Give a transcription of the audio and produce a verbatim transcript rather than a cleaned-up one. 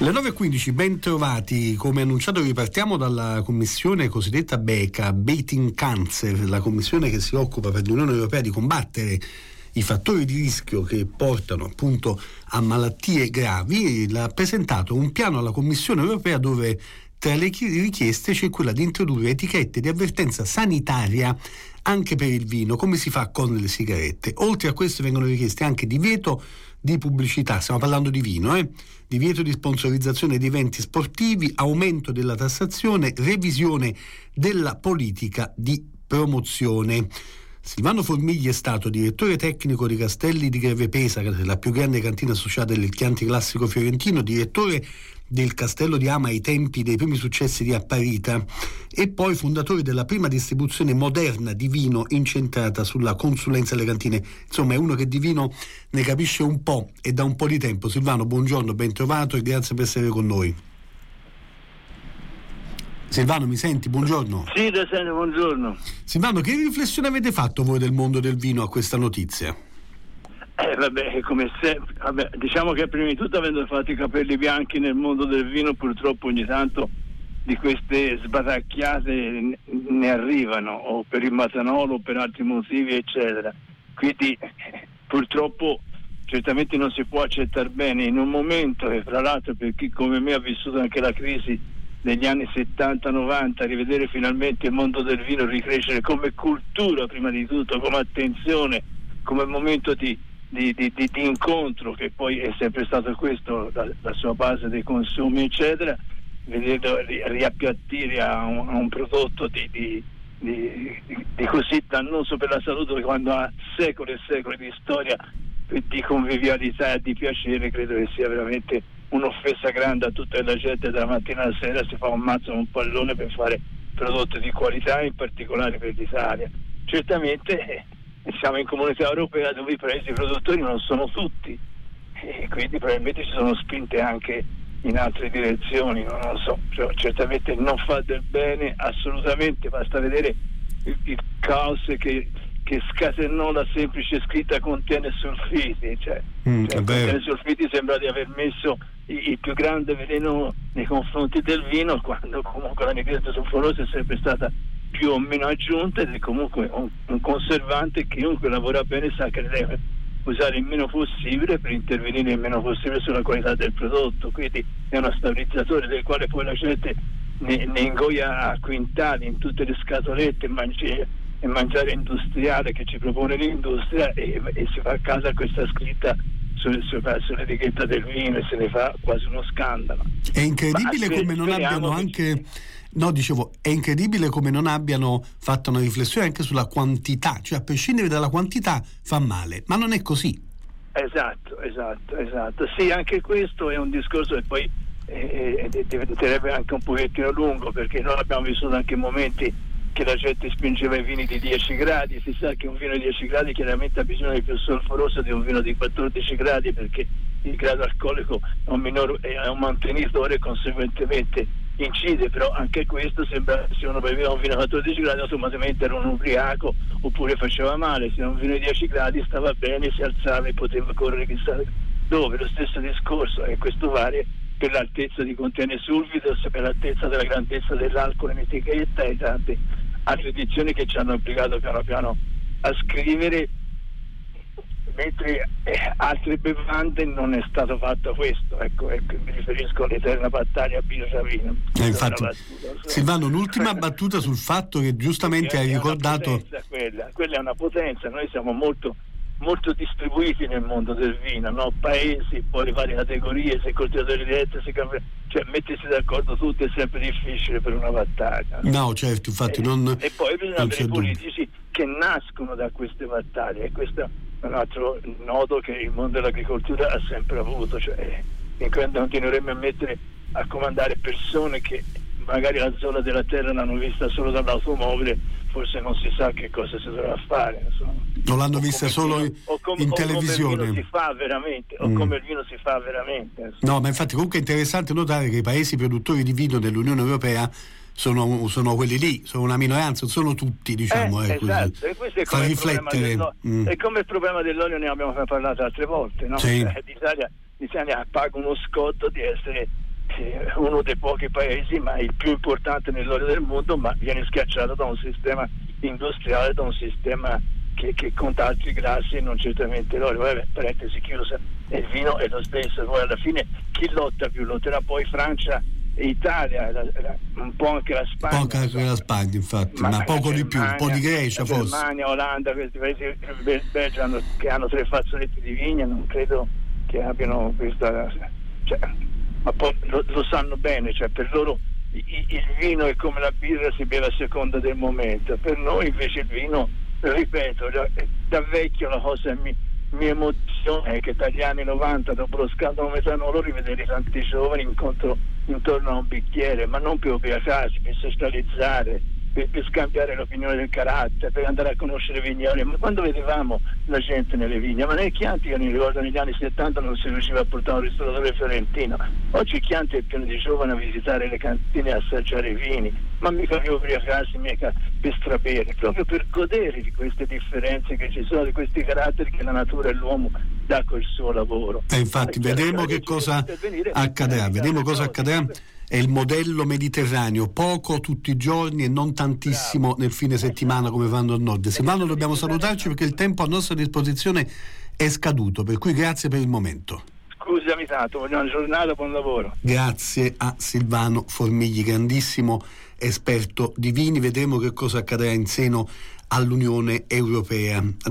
Le nove e quindici, ben trovati. Come annunciato ripartiamo dalla commissione cosiddetta BECA, Beating Cancer, la commissione che si occupa per l'Unione Europea di combattere i fattori di rischio che portano appunto a malattie gravi. Ha presentato un piano alla Commissione Europea dove tra le richieste c'è quella di introdurre etichette di avvertenza sanitaria anche per il vino, come si fa con le sigarette. Oltre a questo vengono richieste anche divieto di pubblicità, stiamo parlando di vino, eh? divieto di sponsorizzazione di eventi sportivi, aumento della tassazione, revisione della politica di promozione. Silvano Formigli è stato direttore tecnico di Castelli di Grevepesa, la più grande cantina associata del Chianti Classico Fiorentino, direttore del Castello di Ama ai tempi dei primi successi di Apparita e poi fondatore della prima distribuzione moderna di vino incentrata sulla consulenza alle cantine. Insomma, è uno che di vino ne capisce un po' e da un po' di tempo. Silvano, buongiorno, ben trovato e grazie per essere con noi. Silvano, mi senti? Buongiorno. Sì, da sento, buongiorno. Silvano, che riflessione avete fatto voi del mondo del vino a questa notizia? Eh vabbè, come sempre, vabbè, diciamo che prima di tutto, avendo fatto i capelli bianchi nel mondo del vino, purtroppo ogni tanto di queste sbatacchiate ne arrivano, o per il matanolo o per altri motivi, eccetera. Quindi purtroppo certamente non si può accettare bene in un momento che, fra l'altro, per chi come me ha vissuto anche la crisi degli anni settanta novanta, rivedere finalmente il mondo del vino ricrescere come cultura prima di tutto, come attenzione, come momento di Di, di, di, di incontro, che poi è sempre stato questo la, la sua base dei consumi, eccetera, vederlo ri, riappiattire a un, a un prodotto di, di, di, di così dannoso per la salute, quando ha secoli e secoli di storia di convivialità e di piacere, credo che sia veramente un'offesa grande a tutta la gente. Dalla mattina alla sera si fa un mazzo, un pallone per fare prodotti di qualità, in particolare per l'Italia. Certamente siamo in comunità europea dove i paesi produttori non sono tutti, e quindi probabilmente ci sono spinte anche in altre direzioni, non lo so, cioè, certamente non fa del bene assolutamente. Basta vedere il, il caos che, che scatenò la semplice scritta contiene sulfiti, cioè, mm, cioè contiene sulfiti sembra di aver messo il, il più grande veleno nei confronti del vino, quando comunque l'anidride solforosa è sempre stata più o meno aggiunta ed è comunque un, un conservante. Chiunque lavora bene sa che deve usare il meno possibile per intervenire il meno possibile sulla qualità del prodotto, quindi è uno stabilizzatore del quale poi la gente ne, ne ingoia a quintali in tutte le scatolette e, mangi, e mangiare industriale che ci propone l'industria, e, e si fa a casa questa scritta sul, sul, sull'etichetta del vino e se ne fa quasi uno scandalo. È incredibile Ma, come non abbiano anche... No, dicevo, è incredibile come non abbiano fatto una riflessione anche sulla quantità, cioè a prescindere dalla quantità fa male, ma non è così. Esatto, esatto, esatto. Sì, anche questo è un discorso che poi eh, diventerebbe anche un pochettino lungo, perché noi abbiamo vissuto anche momenti che la gente spingeva i vini di dieci gradi. Si sa che un vino di dieci gradi chiaramente ha bisogno di più solforoso di un vino di quattordici gradi, perché il grado alcolico è un, minor, è un mantenitore e conseguentemente incide. Però anche questo sembra, se uno beveva un vino a quattordici gradi automaticamente era un ubriaco oppure faceva male, se un vino di dieci gradi stava bene, si alzava e poteva correre chissà dove. Lo stesso discorso, e questo vale per l'altezza di contiene sulfido, per l'altezza della grandezza dell'alcol in etichetta e tante altre edizioni che ci hanno obbligato piano piano a scrivere, mentre eh, altre bevande non è stato fatto questo. Ecco, ecco, mi riferisco all'eterna battaglia birra-vino. Eh, infatti, battuta, Silvano, un'ultima battuta sul fatto che giustamente hai ricordato. Quella. quella è una potenza. Noi siamo molto molto distribuiti nel mondo del vino, no? Paesi, poi le varie categorie, se coltivatori diretti, se cambi... cioè mettersi d'accordo tutti è sempre difficile per una battaglia. No, certo, infatti e, non. E poi bisogna avere i politici che nascono da queste battaglie, e questo è un altro nodo che il mondo dell'agricoltura ha sempre avuto, cioè continueremo a mettere a comandare persone che magari la zona della terra l'hanno vista solo dall'automobile, forse non si sa che cosa si dovrà fare, insomma. Non l'hanno vista solo vino, come, in televisione. Come il vino si fa veramente, o mm. come il vino si fa veramente. Insomma. No, ma infatti comunque è interessante notare che i paesi produttori di vino dell'Unione Europea sono, sono quelli lì, sono una minoranza, non sono tutti, diciamo. Eh, eh, esatto, e questo è come, riflettere. Mm. è come il problema dell'olio, ne abbiamo parlato altre volte, no? Sì. Eh, l'Italia, l'Italia paga uno scotto di essere uno dei pochi paesi, ma il più importante nell'olio del mondo, ma viene schiacciato da un sistema industriale, da un sistema che, che conta altri grassi e non certamente l'olio. Vabbè, parentesi chiusa, e il vino è lo stesso. Poi alla fine chi lotta più? Lotterà poi Francia e Italia, la, la, un po' anche la Spagna. Poco anche la Spagna, infatti, ma, ma poco Germania, di più, un po' di Grecia forse. Germania, Olanda, questi paesi Belgio hanno, che hanno tre fazzoletti di vigna, non credo che abbiano questa, cioè, ma poi lo, lo sanno bene, cioè per loro il, il vino è come la birra, si beve a seconda del momento. Per noi invece il vino, ripeto, da, da vecchio la cosa mi, mi emoziona è che dagli anni novanta, dopo lo scandalo metanolo, rivedere tanti giovani incontro, intorno a un bicchiere, ma non per ubriacarsi, per socializzare, per, per scambiare l'opinione del carattere, per andare a conoscere vignoli. Ma quando vedevamo la gente nelle vigne, ma nei Chianti, io mi ricordo negli anni settanta non si riusciva a portare un ristoratore fiorentino. Oggi Chianti è pieno di giovani a visitare le cantine e assaggiare i vini, ma mica per ubriacarsi, mica per strabere, proprio per godere di queste differenze che ci sono, di questi caratteri che la natura e l'uomo dà col suo lavoro. E infatti vedremo che cosa accadrà, vedremo cosa accadrà. È il modello mediterraneo, poco tutti i giorni e non tantissimo nel fine settimana come vanno al nord. Silvano, dobbiamo salutarci perché il tempo a nostra disposizione è scaduto, per cui grazie per il momento. Scusami tanto, buona giornata, buon lavoro. Grazie a Silvano Formigli, grandissimo esperto di vini. Vedremo che cosa accadrà in seno all'Unione Europea.